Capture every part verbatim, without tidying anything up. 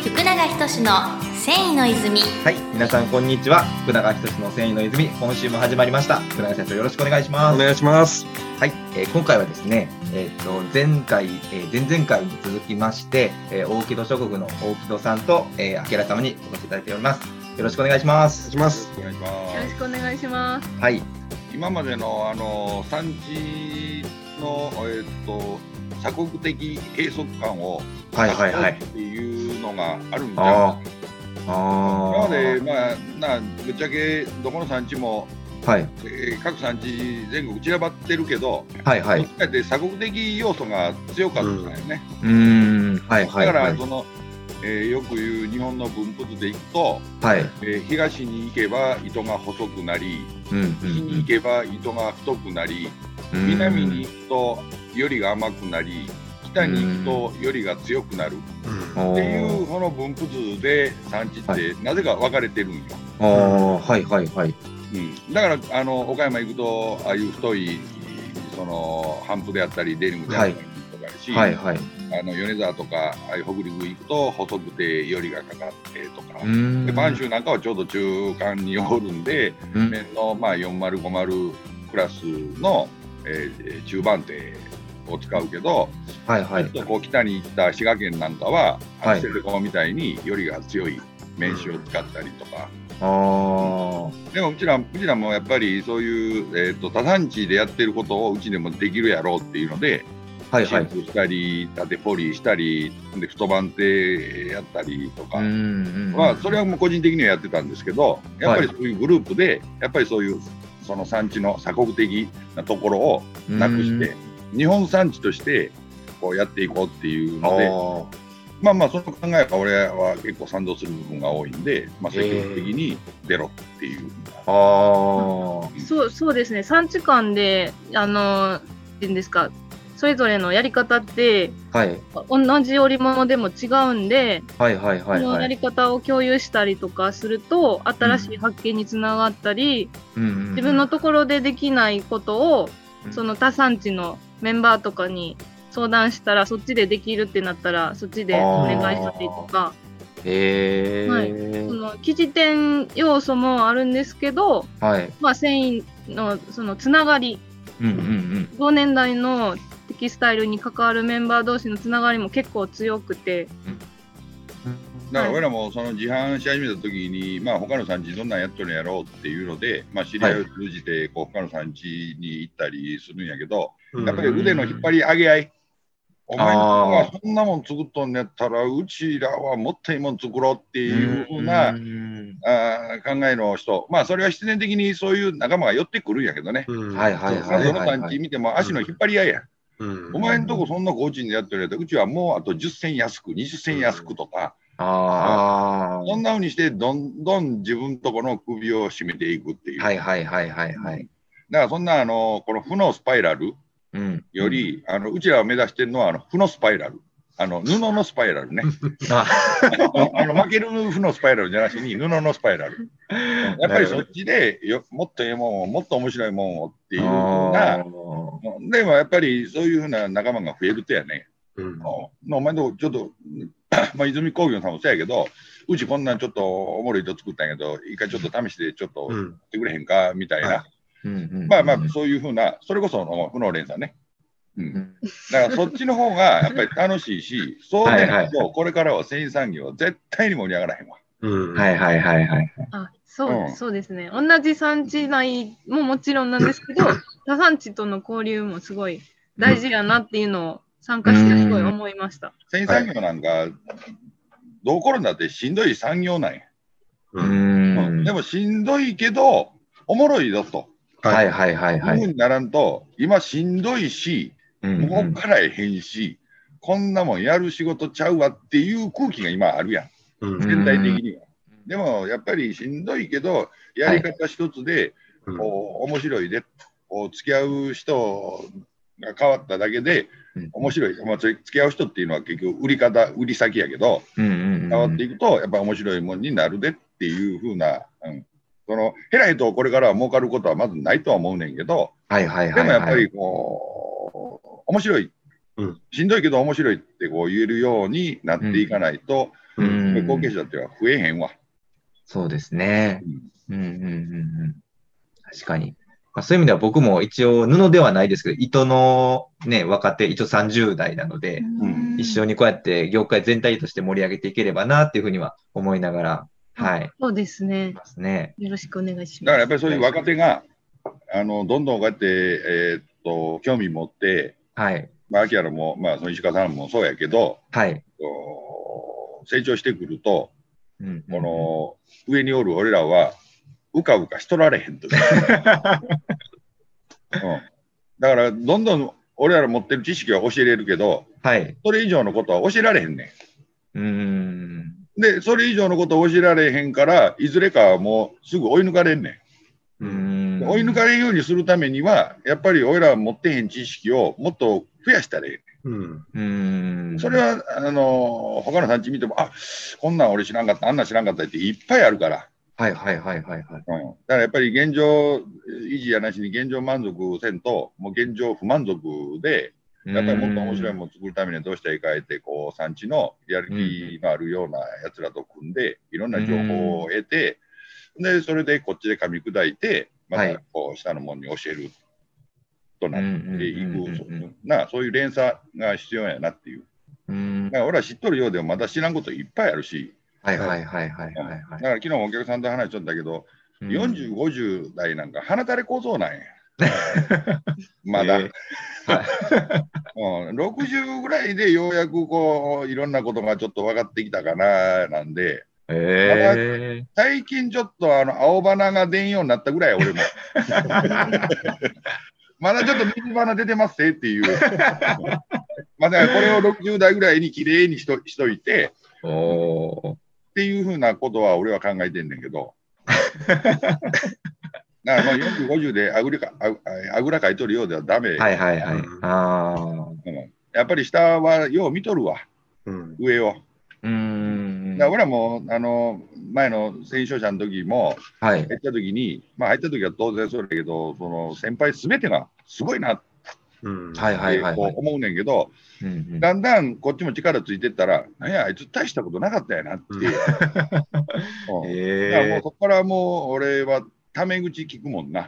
福永仁の繊維の泉。 はい、皆さんこんにちは。福永仁の繊維の泉、今週も始まりました。福永社長、よろしくお願いします。 お願いします。 はい、えー、今回はですね、えー、と前回、えー、前々回に続きまして、えー、大木戸諸国の大木戸さんと、えー、明様にお越しいただいております。よろしくお願いします。 お願いします。 お願いします。 よろしくお願いします。 はい。 今までのあの産地のえっ、ー、と鎖国的閉塞感をはいはいはいっていうのがあるんじゃないか。 あ今までまあなぶっちゃけどこの産地も、 はいえー、各産地全国散らばってるけど、 はいはい。 どっちかって鎖国的要素が強かったんだよね。 うーん、はいはいはい。 だからその、えー、よく言う日本の分布図でいくと、 はい、 えー、東に行けば糸が細くなり、 うんうんうん、 西に行けば糸が太くなり、南に行くとよりが甘くなり、北に行くとよりが強くなるっていうこの分布図で産地ってなぜか分かれてるんよ。 ああ、はいはいはい。 うん、だからあの岡山行くとああいう太いその帆布であったりデニムであったりとかあるし、 はいはいはい、 あの米沢とかああいう北陸行くと細くてよりがかかってとか、 で播州なんかはちょうど中間におるんで、面のまあよんじゅう、ごじゅうクラスの、えー、中盤手を使うけど、 はいはい、 ちょっとこう北に行った滋賀県なんかはアクセルコみたいによりが強い面紙を使ったりとか、 うん、あでもうちらうちらもやっぱりそういう、えー、と多産地でやってることをうちでもできるやろうっていうので、 はいはい、 シンプしたり縦ポリしたりで太番手やったりとか、うんまあ、それはもう個人的にはやってたんですけど、やっぱりそういうグループでやっぱりそういうその産地の鎖国的なところをなくして、日本産地としてこうやっていこうっていうので、まあまあその考えは俺は結構賛同する部分が多いんで、まあ、積極的に出ろっていう。 あー、 うん、そうそうですね。産地間であのっていうんですか、それぞれのやり方って、はい、同じ織物でも違うんで、はいはいはいはい、そのやり方を共有したりとかすると新しい発見につながったり、うん、自分のところでできないことを、うん、その他産地のメンバーとかに相談したらそっちでできるってなったらそっちでお願いしたりとか、 へー、 はい、その生地店要素もあるんですけど、はい、まあ、繊維のそのつながり、うんうんうん、同年代のテキスタイルに関わるメンバー同士のつながりも結構強くて、 だから俺らもその自販し始めた時に、まあ、他の産地どんなんやっとるんやろうっていうので、まあ、知り合いを通じてこう他の産地に行ったりするんやけど、やっぱり腕の引っ張り上げ合い、お前がそんなもん作っとんねやったらうちらはもっといいもん作ろうっていうふうな、うん、あ考えの人、まあそれは必然的にそういう仲間が寄ってくるんやけどね、どの産地見ても足の引っ張り合いや、うん、お前んとこそんな工賃でやってるやつ、うちはもうあとじゅっ銭安くにじゅっ銭安くとか、うん、あそんなふうにしてどんどん自分とこの首を絞めていくっていう。 はいはいはいはいはい。 だからそんなあのこの負のスパイラルより、うん、あのうちらを目指してるのはあの負のスパイラル、あの布のスパイラルねああの負ける負のスパイラルじゃなしに布のスパイラルやっぱりそっちでよもっとええもんをもっと面白いもんをっていうふうな、でもやっぱりそういうふうな仲間が増えるとやね、うん、お前のちょっとまあ、泉工業さんもそうやけど、うちこんなんちょっとおもろい糸作ったんやけど、一回ちょっと試してちょっとやってくれへんかみたいな、まあまあそういうふうな、それこその負の連鎖ね、うん、だからそっちの方がやっぱり楽しいし、そうでないとこれからは繊維産業絶対に盛り上がらへんわ。 はいはいはいはい。 あ、そう、うん、そうですね。同じ産地内ももちろんなんですけど、他産地との交流もすごい大事やなっていうのを参加してすごい思いました。 繊維産業なんか、はい、どう転んだってしんどい産業なんや。うん、うん、でもしんどいけどおもろいぞと。 はいはいはいはい。 いうふうにならんと、今しんどいし、動からへんし、うんうん、こんなもんやる仕事ちゃうわっていう空気が今あるやん、うん、全体的には。でもやっぱりしんどいけど、やり方一つで、はい、こう面白いで、こう付き合う人が変わっただけで、面白い、まあ、付き合う人っていうのは結局売り方、売り先やけど、うんうんうん、変わっていくと、やっぱり面白いもんになるでっていうふうな、うんそのヘラヘとこれからは儲かることはまずないとは思うねんけど、はいはいはいはい、でもやっぱりこう面白い、うん、しんどいけど面白いってこう言えるようになっていかないと、 うん、後継者っては増えへんわ。 そうですね。うん、うん、うん、うん。確かに。まあ、そういう意味では僕も一応布ではないですけど、糸のね、若手、一応さんじゅう代なので、うん、一緒にこうやって業界全体として盛り上げていければなっていうふうには思いながら、はい。 そうですね。 ますね。 よろしくお願いします。 だからやっぱりそういう若手が、あの、どんどんこうやって、えー、っと、興味持って、はい。まあ、秋原も、まあ、その石川さんもそうやけど、はい。成長してくると、うん、この、上におる俺らは、うかうかしとられへんと、うん。だから、どんどん俺ら持ってる知識は教えれるけど、はい。それ以上のことは教えられへんねん。うーん。で、それ以上のことを教えられへんから、いずれかはもうすぐ追い抜かれんねん。うん、追い抜かれるようにするためには、やっぱり俺ら持ってへん知識をもっと増やしたらええ。うん、うんそれは、あの、他の産地見ても、あ、こんなん俺知らんかった、あんなん知らんかったっていっぱいあるから。はいはいはいはい、はい。うん。だからやっぱり現状維持やなしに現状満足せんと、もう現状不満足で、やっぱりもっと面白いものを作るためにはどうしたらいいかって、こう、産地のやる気のあるようなやつらと組んで、いろんな情報を得て、で、それでこっちで噛み砕いて、またこう下の者に教えるとなっていく、な、そういう連鎖が必要やなっていう。だから俺は知っとるようでもまだ知らんこといっぱいあるし、はいはいはいはいはい。だから昨日もお客さんと話しとったけど、よんじゅう、ごじゅう代なんか鼻垂れ構造なんや。まだ。えー、うん、ろくじゅうぐらいでようやくこういろんなことがちょっと分かってきたかななんで、えー、最近ちょっとあの青花が出んようになったぐらい俺もまだちょっと水花出てますっていうまだこれをろくじゅう代ぐらいにきれいにし と, しといておっていうふうなことは俺は考えてんねんけどだからもうよんじゅう、ごじゅうであぐらかああぐらかいとるようではダメ。はいはいはい。あうん、やっぱり下はよう見とるわ、うん、上を。うんだから俺はもうあの前の戦勝者の時も、はい、入った時に、まあ入った時は当然そうだけど、その先輩すべてがすごいなって思うねんけど、だんだんこっちも力ついてったら、なんやあいつ大したことなかったやなって。うん、だからもうそこからもう俺はタメ口聞くもんな。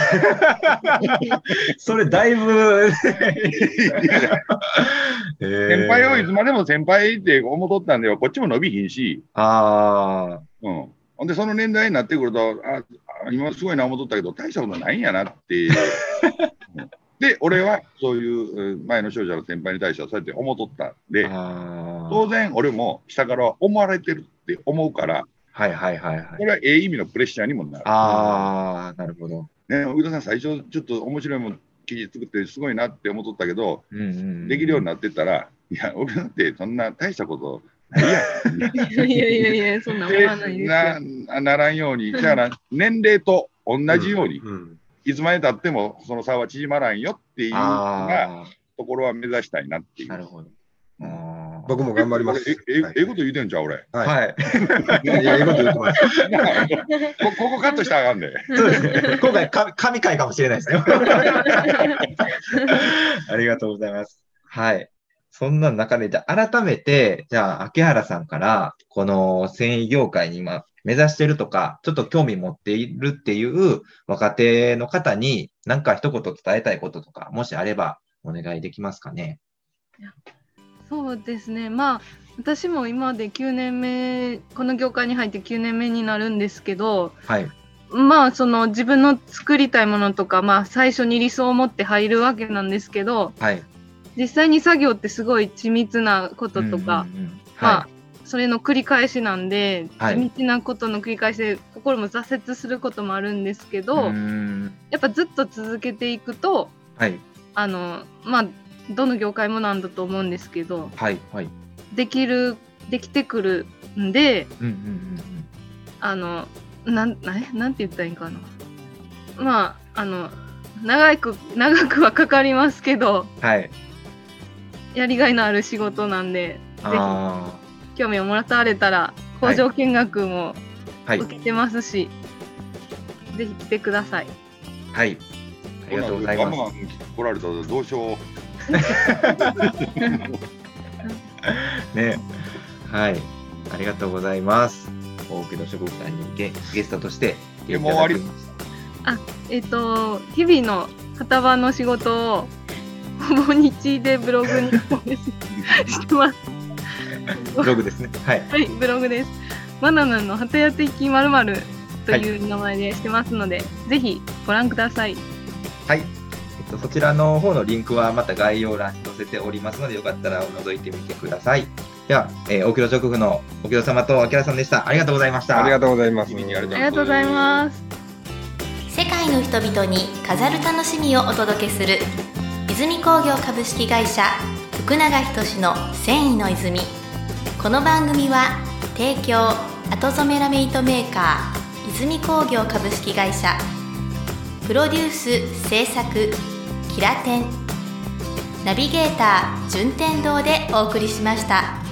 それだいぶ先輩をいつまでも先輩って思っとったんではこっちも伸びひんし、あうん、ほんでその年代になってくると、あ今すごいな思っとったけど大したことないんやなって。で俺はそういう前の勝者の先輩に対してはそうやって思っとったんで、当然俺も下から思われてるって思うから。はいはいはいはい。これはええ意味のプレッシャーにもなる。 ああ、なるほど。 ね、上田さん最初ちょっと面白いもん記事作ってすごいなって思っとったけど、うんうんうん、できるようになってったら、いや、俺だってそんな大したことないやん。 いやいやいや、そんな思わないですよ。 な、ならんように、だから年齢と同じように、うんうん、いつまでたってもその差は縮まらんよっていうようなところは目指したいなっていう。なるほど。 僕も頑張ります。 えええこと言うてんちゃう俺。 はい。 いやいや、ええこと言ってます。 ここカットしたらあかんで。 そうですね。今回か神回かもしれないですね。ありがとうございます。はい。そんな中で、じゃあ改めて、じゃあ秋原さんからこの繊維業界に今目指してるとか、ちょっと興味持っているっていう若手の方に何か一言伝えたいこととか、もしあればお願いできますかね。 そうですね、まあ私も今できゅうねんめ、この業界に入ってきゅうねんめになるんですけど、はい、まあその自分の作りたいものとか、まあ、最初に理想を持って入るわけなんですけど、はい、実際に作業ってすごい緻密なこととか、まあそれの繰り返しなんで、はい、地道なことの繰り返しで心も挫折することもあるんですけど、やっぱずっと続けていくと、はい、あのまあどの業界もなんだと思うんですけど、はいはい、できるできてくるんで、うんうんうんうん、あのなんなんて言ったらいいんかな、まああの長く長くはかかりますけど、はい、やりがいのある仕事なんで、ぜひ興味をもらされたら工場見学も受けてますし、はい、ぜひ来てください。 はい、ありがとうございます。 来られたらどうしよう。 ね、はい。 ありがとうございます。大木戸植物さんにゲゲストとして来ていただきました。 あ、えっ、ー、と日々の旗場の仕事をほぼ日でブログにしてます。 ブログですね。はい。 はい、ブログです。バナナの旗屋的まるまるという名前でしてますので、はい、ぜひご覧ください。 はい。えっとそちらの方のリンクはまた概要欄に載せておりますので、よかったら覗いてみてください。では、えー、大木戸直布の大木戸様と明さんでした。ありがとうございました。 ありがとうございます。 ありがとうございます。 世界の人々に飾る楽しみをお届けする泉工業株式会社福永仁の繊維の泉。この番組は提供後染めラメ糸メーカー泉工業株式会社、プロデュース制作キラテン、ナビゲーター順天堂でお送りしました。